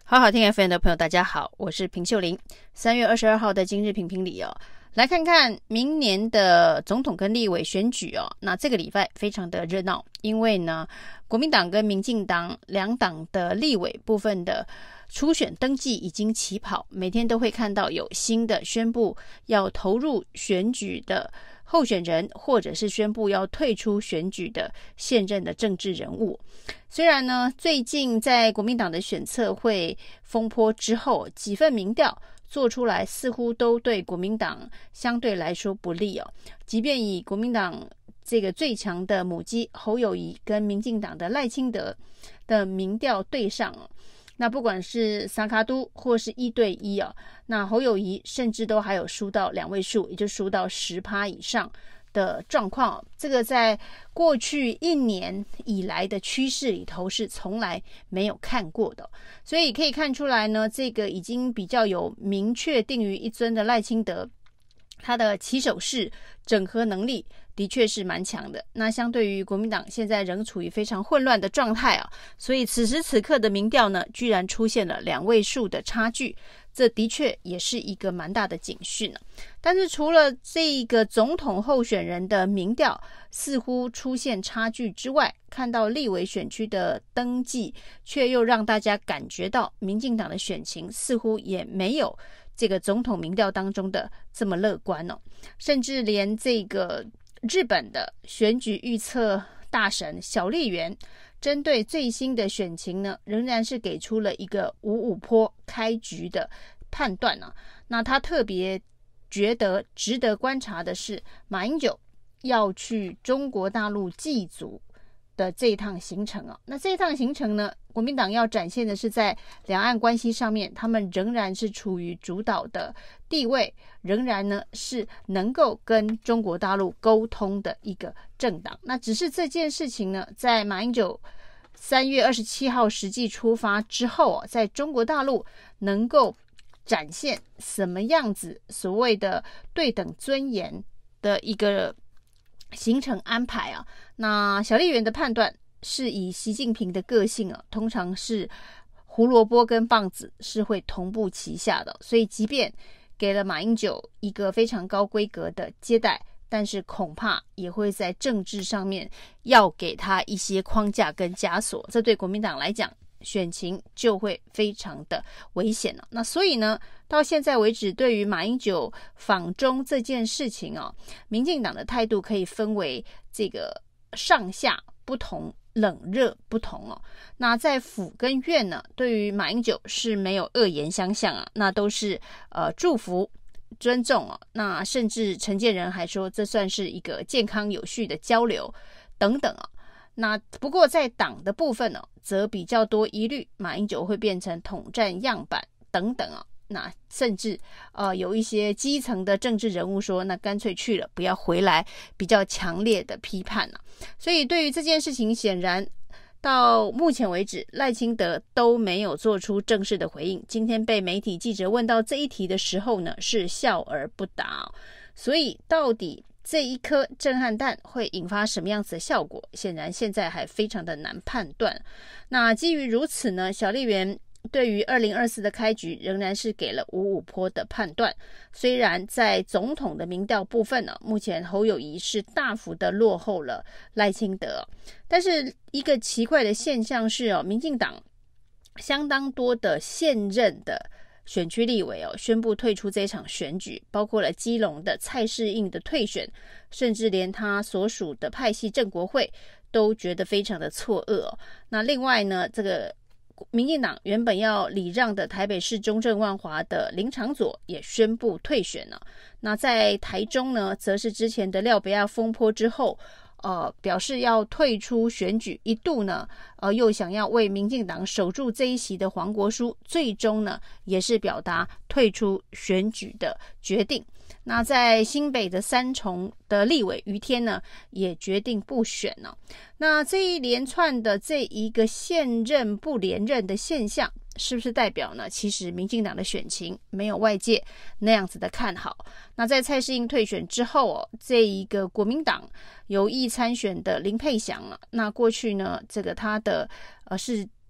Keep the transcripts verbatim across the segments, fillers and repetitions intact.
好好听 F M 的朋友大家好，我是平秀玲。三月二十二号的今日评评理哦，来看看明年的总统跟立委选举哦。那这个礼拜非常的热闹，因为呢国民党跟民进党两党的立委部分的初选登记已经起跑，每天都会看到有新的宣布要投入选举的候选人，或者是宣布要退出选举的现任的政治人物。虽然呢最近在国民党的选测会风波之后，几份民调做出来似乎都对国民党相对来说不利哦。即便以国民党这个最强的母鸡侯友宜跟民进党的赖清德的民调对上哦，那不管是三卡都或是一对一啊，那侯友宜甚至都还有输到两位数，也就输到 百分之十 以上的状况。这个在过去一年以来的趋势里头是从来没有看过的，所以可以看出来呢，这个已经比较有明确定于一尊的赖清德，他的起手式整合能力的确是蛮强的。那相对于国民党现在仍处于非常混乱的状态啊，所以此时此刻的民调呢，居然出现了两位数的差距，这的确也是一个蛮大的警讯啊。但是除了这个总统候选人的民调似乎出现差距之外，看到立委选区的登记，却又让大家感觉到民进党的选情似乎也没有这个总统民调当中的这么乐观哦。甚至连这个日本的选举预测大神小笠原针对最新的选情呢，仍然是给出了一个五五波开局的判断啊。那他特别觉得值得观察的是，马英九要去中国大陆祭祖的这一趟行程啊。那这一趟行程呢，国民党要展现的是在两岸关系上面，他们仍然是处于主导的地位，仍然呢是能够跟中国大陆沟通的一个政党。那只是这件事情呢，在马英九三月二十七号实际出发之后啊，在中国大陆能够展现什么样子所谓的对等尊严的一个行程安排啊。那小笠原的判断是以习近平的个性啊，通常是胡萝卜跟棒子是会同步旗下的，所以即便给了马英九一个非常高规格的接待，但是恐怕也会在政治上面要给他一些框架跟枷锁，这对国民党来讲选情就会非常的危险了。那所以呢，到现在为止，对于马英九访中这件事情哦，民进党的态度可以分为这个上下不同，冷热不同哦。那在府跟院呢，对于马英九是没有恶言相向啊，那都是呃祝福尊重哦。那甚至陈建仁还说，这算是一个健康有序的交流等等啊。那不过在党的部分呢、哦，则比较多疑虑，马英九会变成统战样板等等啊。那甚至呃有一些基层的政治人物说，那干脆去了不要回来，比较强烈的批判啊。所以对于这件事情，显然到目前为止赖清德都没有做出正式的回应。今天被媒体记者问到这一题的时候呢，是笑而不答。所以到底这一颗震撼弹会引发什么样子的效果，显然现在还非常的难判断。那基于如此呢，小笠原对于二零二四的开局仍然是给了五五波的判断。虽然在总统的民调部分呢，目前侯友宜是大幅的落后了赖清德，但是一个奇怪的现象是哦，民进党相当多的现任的选区立委哦，宣布退出这场选举，包括了基隆的蔡适应的退选，甚至连他所属的派系正国会都觉得非常的错愕哦。那另外呢，这个民进党原本要礼让的台北市中正万华的林昶佐也宣布退选了。那在台中呢，则是之前的廖北亚风波之后，呃，表示要退出选举，一度呢，呃，又想要为民进党守住这一席的黄国书，最终呢，也是表达退出选举的决定。那在新北的三重的立委于天呢，也决定不选了。那这一连串的这一个现任不连任的现象，是不是代表呢，其实民进党的选情没有外界那样子的看好？那在蔡适应退选之后哦，这一个国民党有意参选的林佩祥啊，那过去呢，这个他的呃是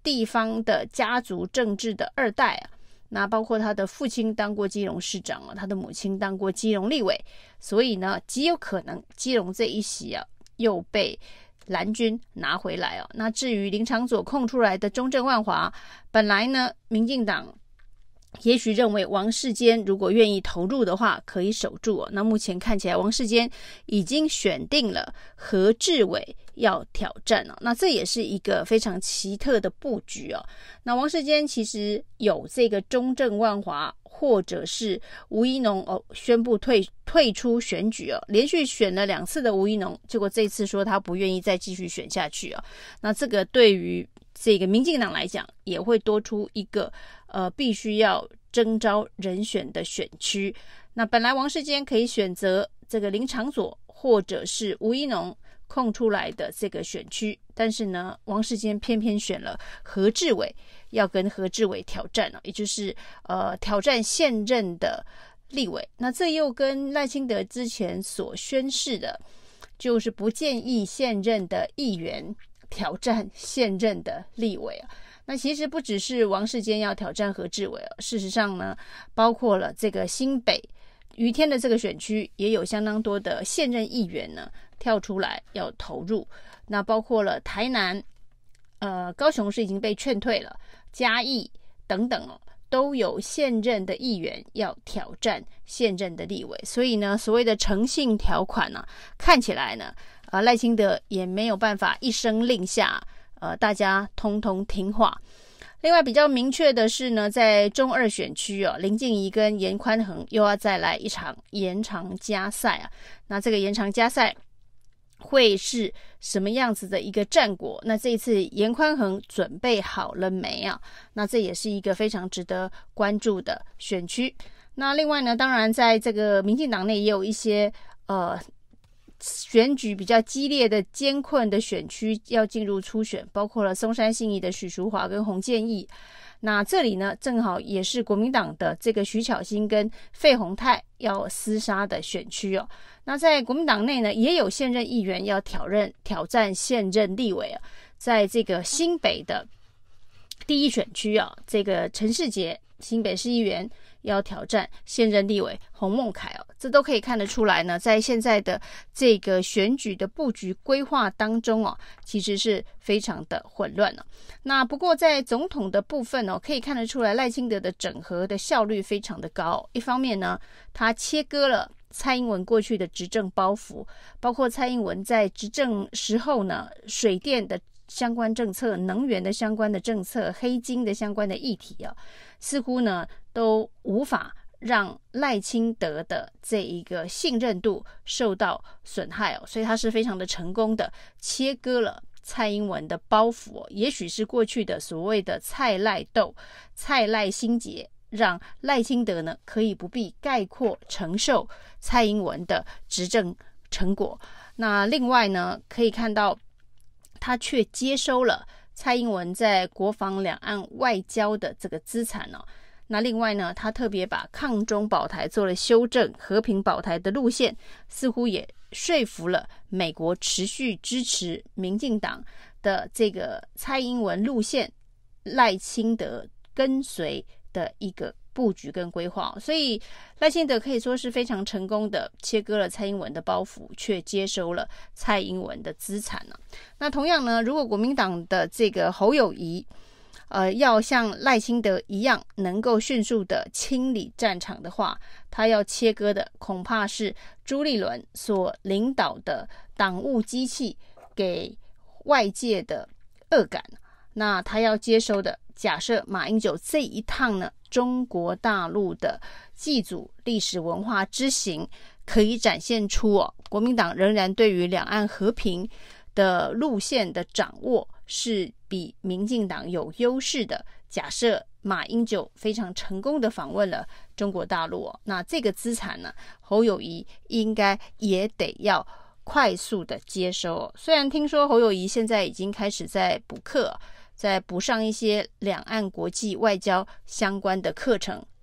地方的家族政治的二代啊，那包括他的父亲当过基隆市长啊，他的母亲当过基隆立委，所以呢，极有可能基隆这一席啊又被蓝军拿回来哦。那至于林长佐空出来的中正万华，本来呢，民进党也许认为王世坚如果愿意投入的话，可以守住哦。那目前看起来，王世坚已经选定了何志伟要挑战哦。那这也是一个非常奇特的布局哦。那王世坚其实有这个中正万华或者是吴怡农哦，宣布退退出选举哦，连续选了两次的吴怡农，结果这次说他不愿意再继续选下去哦。那这个对于这个民进党来讲，也会多出一个呃必须要征召人选的选区。那本来王世坚可以选择这个林长佐或者是吴怡农空出来的这个选区，但是呢，王世坚偏偏选了何志伟，要跟何志伟挑战哦，也就是呃挑战现任的立委。那这又跟赖清德之前所宣示的，就是不建议现任的议员挑战现任的立委啊。那其实不只是王世坚要挑战何志伟啊，事实上呢，包括了这个新北余天的这个选区，也有相当多的现任议员呢跳出来要投入。那包括了台南、呃高雄是已经被劝退了，嘉义等等哦，都有现任的议员要挑战现任的立委。所以呢，所谓的诚信条款呢、啊，看起来呢，呃赖清德也没有办法一声令下，呃大家通通听话。另外比较明确的是呢，在中二选区哦，林静怡跟严宽恒又要再来一场延长加赛啊。那这个延长加赛会是什么样子的一个战果？那这一次严宽恒准备好了没啊？那这也是一个非常值得关注的选区。那另外呢，当然在这个民进党内也有一些呃选举比较激烈的艰困的选区要进入初选，包括了松山信义的许淑华跟洪建义。那这里呢，正好也是国民党的这个徐巧芯跟费鸿泰要厮杀的选区哦。那在国民党内呢，也有现任议员要挑任挑战现任立委啊。在这个新北的第一选区啊，这个陈世杰新北市议员要挑战现任立委洪孟凯哦，这都可以看得出来呢，在现在的这个选举的布局规划当中哦，其实是非常的混乱哦。那不过在总统的部分哦，可以看得出来赖清德的整合的效率非常的高哦。一方面呢，他切割了蔡英文过去的执政包袱，包括蔡英文在执政时候呢，水电的相关政策、能源的相关的政策、黑金的相关的议题啊，似乎呢都无法让赖清德的这一个信任度受到损害哦，所以他是非常的成功的切割了蔡英文的包袱哦，也许是过去的所谓的蔡赖斗、蔡赖心结，让赖清德呢可以不必概括承受蔡英文的执政成果。那另外呢，可以看到他却接收了蔡英文在国防两岸外交的这个资产哦。那另外呢，他特别把抗中保台做了修正，和平保台的路线似乎也说服了美国持续支持民进党的这个蔡英文路线，赖清德跟随的一个布局跟规划。所以赖清德可以说是非常成功的切割了蔡英文的包袱，却接收了蔡英文的资产呢。那同样呢，如果国民党的这个侯友宜呃，要像赖清德一样能够迅速的清理战场的话，他要切割的恐怕是朱立伦所领导的党务机器给外界的恶感。那他要接收的，假设马英九这一趟呢，中国大陆的祭祖历史文化之行可以展现出哦，国民党仍然对于两岸和平的路线的掌握是比民进党有优势的。假设马英九非常成功的访问了中国大陆哦，那这个资产呢，侯友宜应该也得要快速的接收哦。虽然听说侯友宜现在已经开始在补课，在补上一些两岸国际外交相关的课程，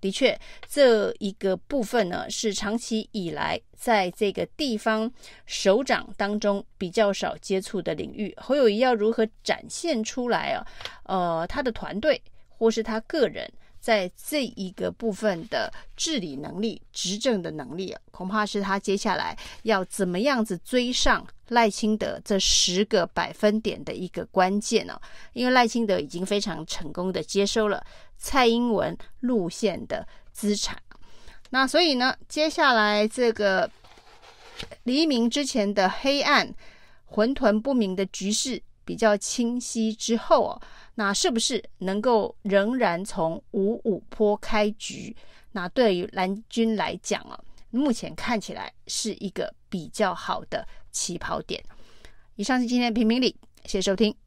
的确，这一个部分呢，是长期以来在这个地方首长当中比较少接触的领域。侯友宜要如何展现出来啊？呃，他的团队或是他个人在这一个部分的治理能力、执政的能力啊，恐怕是他接下来要怎么样子追上赖清德这十个百分点的一个关键呢、啊？因为赖清德已经非常成功的接收了蔡英文路线的资产，那所以呢，接下来这个黎明之前的黑暗、混沌不明的局势比较清晰之后哦，那是不是能够仍然从五五波开局？那对于蓝军来讲哦，目前看起来是一个比较好的起跑点。以上是今天的评评理，谢谢收听。